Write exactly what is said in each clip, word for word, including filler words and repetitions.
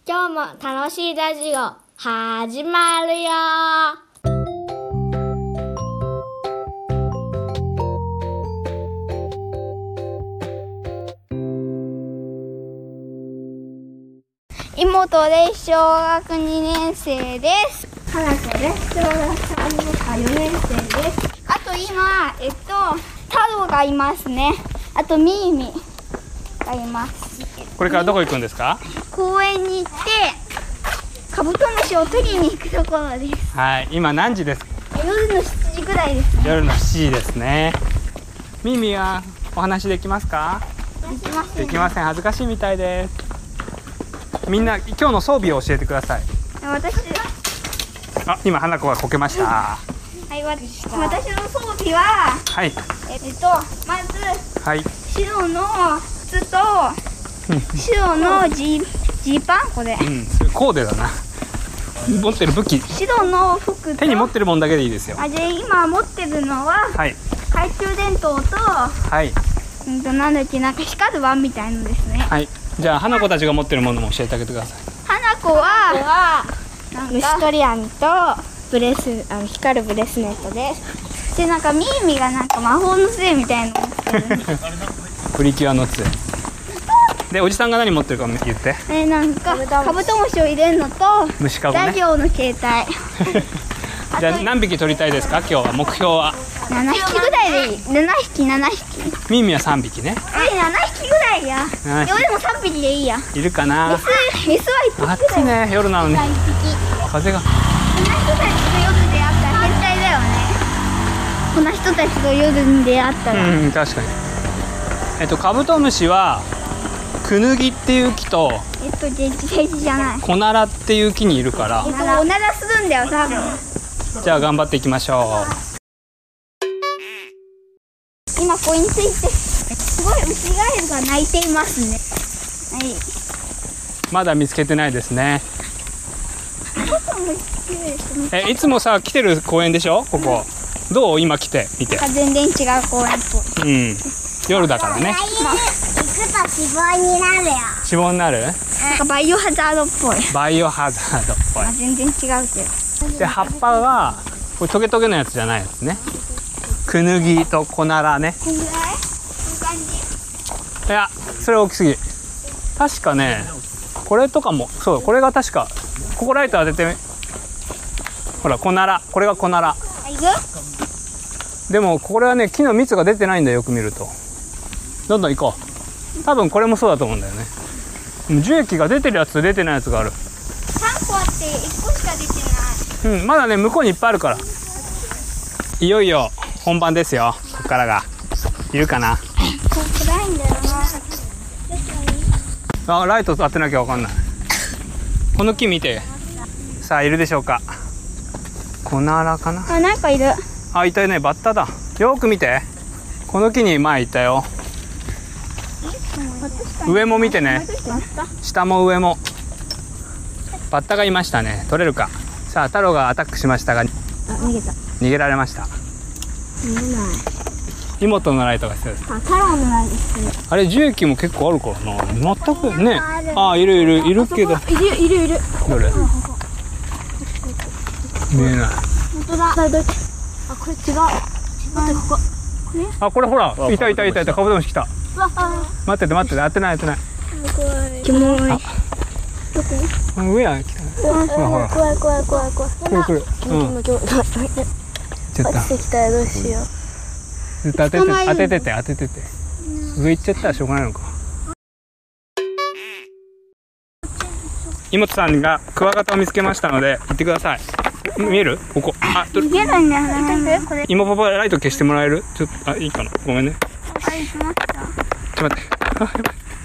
今日も楽しいラジオ始まるよ。妹です。小学にねん生です。 花子です。小学さんねんよねん生です。 あと今えっと太郎がいますね。あとミーミがいます。 これからどこ行くんですか？ 公園に行ってカブトムシを取りに行くところです。 はい、今何時ですか？ 夜のしちじぐらいですね。 夜のしちじですね。ミーミーはお話できますか？ できません。 できません。恥ずかしいみたいです。みんな今日の装備を教えてください。 私あ、今花子がこけました。 はい、私の装備ははいえっとまずはい白の靴と白のジジーパンこれ。 うん、それコーデだな。持ってる武器、 白の服と手に持ってるもんだけでいいですよ。 あで今持ってるのははい懐中電灯とはいうんとなんだっけなんか光るワンみたいのですね。 はい。じゃあ花子たちが持ってるものも教えてあげてください。 花子は虫取り網とブレスあの光るブレスネットです。 でなんかミーミがなんか魔法の杖みたいなの持ってるんです。 プリキュアの杖で、おじさんが何持ってるか言って。 えなんかカブトムシを入れるのと虫かごね。 ラジオの携帯じゃあ何匹取りたいですか？今日は目標は。 ななひきぐらいでいい。ななひきななひきミーミーはさんびきね。 えななひきぐらいや。 ななひきいやでもさんびきでいいや。 いるかな。 メスメスはいっぴきぐらい。 暑いね、夜なのにいっぴき。 風が。 こんな人たちと夜出会ったら変態だよね。こんな人たちと夜に出会ったら、 うん、確かに。えっとカブトムシはクヌギっていう木とえっとデジデジじゃない。 コナラっていう木にいるからえっとおならするんだよ多分。 じゃあ頑張っていきましょ今ここについてすごいウシガエルが鳴いていますね。はい。 う。まだ見つけてないですね。えいつもさ来てる公園でしょここ。どう今来て見て。 全然違う公園っぽい。 うん、夜だからね。 行くと死亡になるよ。 死亡になる。 なんかバイオハザードっぽい。 バイオハザードっぽいあ全然違うけど。 で葉っぱはこれトゲトゲのやつじゃないやつね。クヌギとコナラね。 こんぐらい？こんな感じ。 いやそれ大きすぎ。確かねこれとかもそう、これが確かここライト当ててみ。ほらコナラ、これがコナラ。 あ行く？ でもこれはね木の蜜が出てないんだよ、よく見ると。どんどん行こう。多分これもそうだと思うんだよね。樹液が出てるやつと出てないやつがある。 さんこあっていっこしか出てない。 うん、まだね向こうにいっぱいあるから。いよいよ本番ですよ。ここからがいるかな。 暗いんだよな。 あ、ライト当てなきゃわかんない。この木見て。さあいるでしょうか。コナラかな。 あなんかいる。 あ、いたよね、バッタだ。よく見て。この木に前いたよ。上も見てね。下も上も。バッタがいましたね。取れるか。さあ太郎がアタックしましたが、 あ逃げた。 逃げられました。 見えない。 妹のライトが必要です。 あ太郎のないですね。 あれ樹液も結構あるからな。全くね。あ、いるいるいるけど。 いるいるいる。 どれ？見えない。 本当だ。どいて。あこれ違う。待ってここ。 あ、これほら、いたいたいたいた、カブトムシ来た。 わあ。 待ってて待ってて、当てない当てない。 キモい。どこ？ 上や来た。ほらほら。 怖い怖い怖い怖い。 来る来る。うん。 ちょっとちょっと。 落ちてきたらどうしよう。 ずっと当てて当ててて当ててて。上行っちゃったらしょうがないのか。妹さんがクワガタを見つけましたので行ってください。見える？ここ。あ、どれ？ 見えないんだよな。これ。 今パパライト消してもらえる？ちょっとあいいかな。ごめんね。 はいしました。 ちょっと待って。あ、やばい。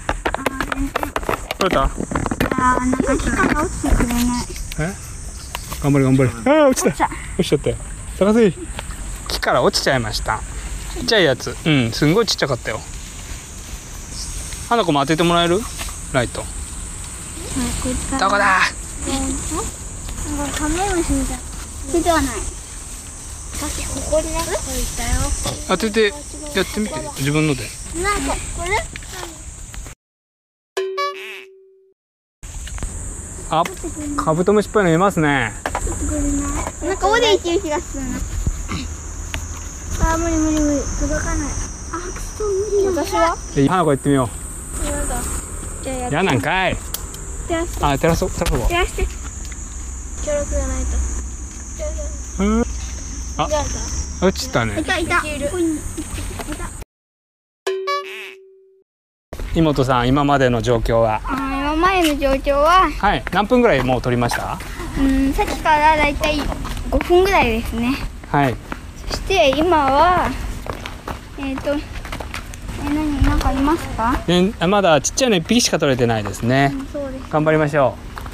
取れた？ あーなんか木から落ちてくれない。 え？頑張れ頑張れ。あー落ちた。落ちちゃったよ。高すぎ。木から落ちちゃいました。ちっちゃいやつ。うん、すんごいちっちゃかったよ。花子も当ててもらえる？ライト。どこだ？ なんかカメムシみたい。出てはない。さっきここにね、これいたよ。 当ててやってみて、自分ので。 なんかこれ？ あ、カブトムシっぽいのいますね。 なんか尾でいってる気がするな。あー、無理無理無理、届かない。あ、くそ無理だ。 私はえ、花子行ってみよやだ。じゃあやう。やなんかい。 照らしてあ、照らそう、照らそう。 照らして協力がないと。 うん。あ、 じゃあ落ちたねい。たいた。ここにいた。 妹さん、今までの状況は。 あー今までの状況は、 はい、何分ぐらいもう撮りました。 うんさっきからだいたいごふんぐらいですね。 はい。 そして今はえっ、ー、とえ何なんかいますか？ で、まだちっちゃいの一匹しか取れてないですね。 そうです。 頑張りましょ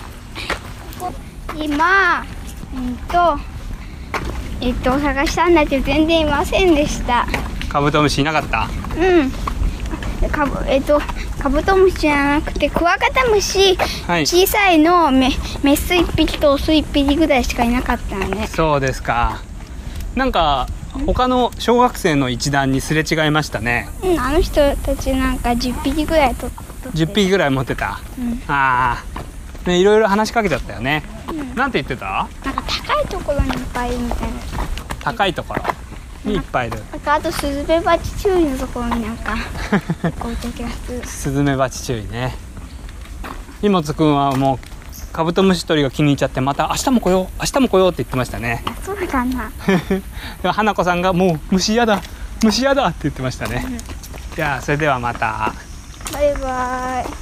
今えっ、とえっ、と探したんだけど全然いませんでした。 う。カブトムシいなかった。 うん。かぶえっ、とカブトムシじゃなくてクワガタムシ、 はい。 小さいのメメスいっぴきとオスいっぴきぐらいしかいなかったのね。 そうですか。なんか他の小学生の一団にすれ違いましたね。 うん、あの人たちなんかじゅっぴきぐらいとじゅっぴきぐらい持ってた。 うんああ、ね、いろいろ話しかけちゃったよね。 うんなんて言ってた？ なんか高いところにいっぱいいるみたいな。 高いところにいっぱいいる。 なんかあとスズメバチ注意のところになんか結構いた気がする。 スズメバチ注意ね。妹くんはもうカブトムシ取りが気に入っちゃって、また明日も来よう明日も来ようって言ってましたね。 そうかな。 でも花子さんがもう虫嫌だ虫嫌だって言ってましたね。じゃあそれではまた。 バイバイ。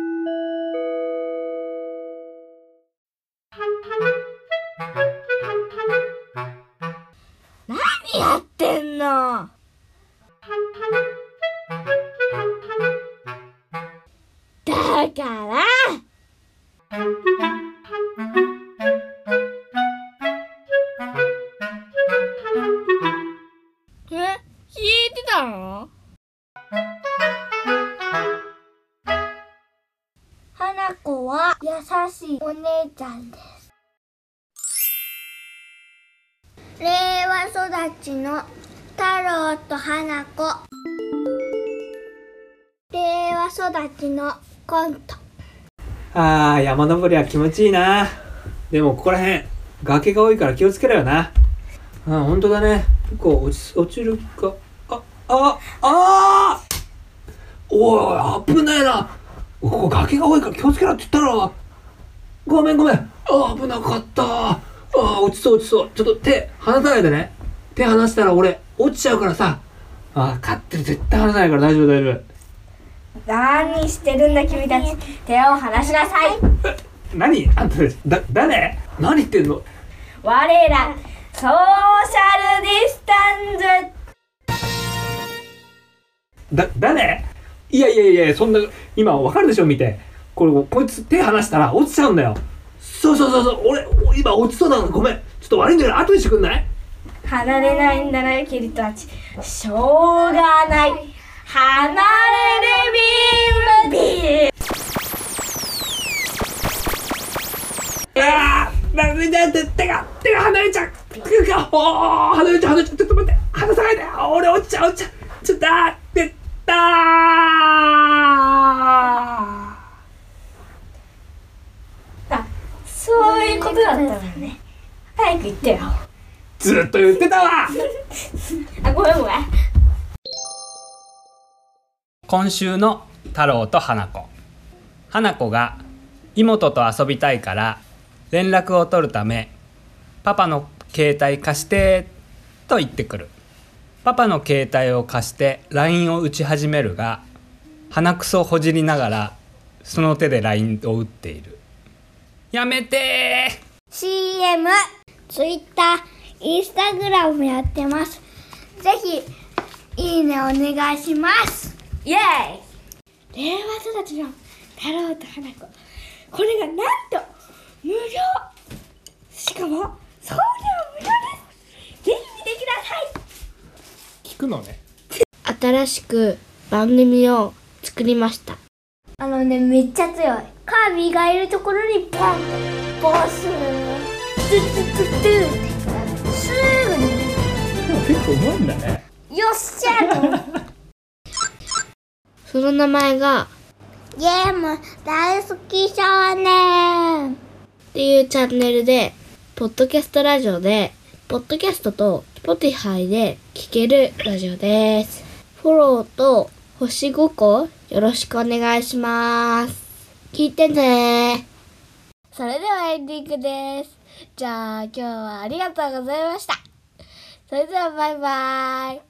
何やってんの？だからえ、聞いてたの？花子は優しいお姉ちゃんです。令和育ちの太郎と花子。令和育ちのコント。 あー、山登りは気持ちいいな。でもここら辺崖が多いから気をつけろよな。あー、ほんとだね。結構落ち、落ちるか。あ、あ、あーおい、危ないな。ここ崖が多いから気をつけろって言ったろ。ごめんごめん。あー、危なかった。あー、落ちそう落ちそう。ちょっと手離さないでね。手離したら俺落ちちゃうからさ。あー、勝ってる。絶対離さないから大丈夫大丈夫。 何してるんだ君たち。手を離しなさい。 何あんたたちだ、誰何言ってんの。 我らソーシャルディスタンス。 だ、誰いやいやいや、そんな、今わかるでしょ見て。これ、こいつ手離したら落ちちゃうんだよ。そうそうそうそう、俺、今落ちそうなの。ごめん。ちょっと悪いんだけど、後にしてくんない？ 離れないんだな、キリたち。しょうがない。離れるビームビーあー、なにだって手が、手が離れちゃう。手が、おー、離れちゃう、離れちゃう。ちょっと待って、離さないで。俺落ちちゃう、落ちちゃう。ちょっと、だってたー。 あ、そういうことだったのね。早く言ってよ。 ずっと言ってたわ。 あ、ごめんごめん。 今週の太郎と花子。花子が妹と遊びたいから連絡を取るため、パパの携帯貸してと言ってくる。パパの携帯を貸して ライン を打ち始めるが、鼻くそをほじりながらその手で ライン を打っている。やめてー。 シーエム、ツイッター、インスタグラムやってます。ぜひいいねお願いします。 イエーイ。令和育ちの太郎と花子。これがなんと無料。しかも送料無料です。ぜひ見てください。 聞くのね。 新しく番組を作りました。 あのね、めっちゃ強い。カービィがいるところにポンってボストゥトゥトゥトゥってすぐに結構うまいんだね。 よっしゃと思ってその名前がゲーム大好き少年。 っていうチャンネルで、ポッドキャストラジオで、ポッドキャストと Spotify で聞けるラジオです。フォローと星ごこよろしくお願いします。聞いてね。それではエンディングです。じゃあ今日はありがとうございました。それではバイバイ。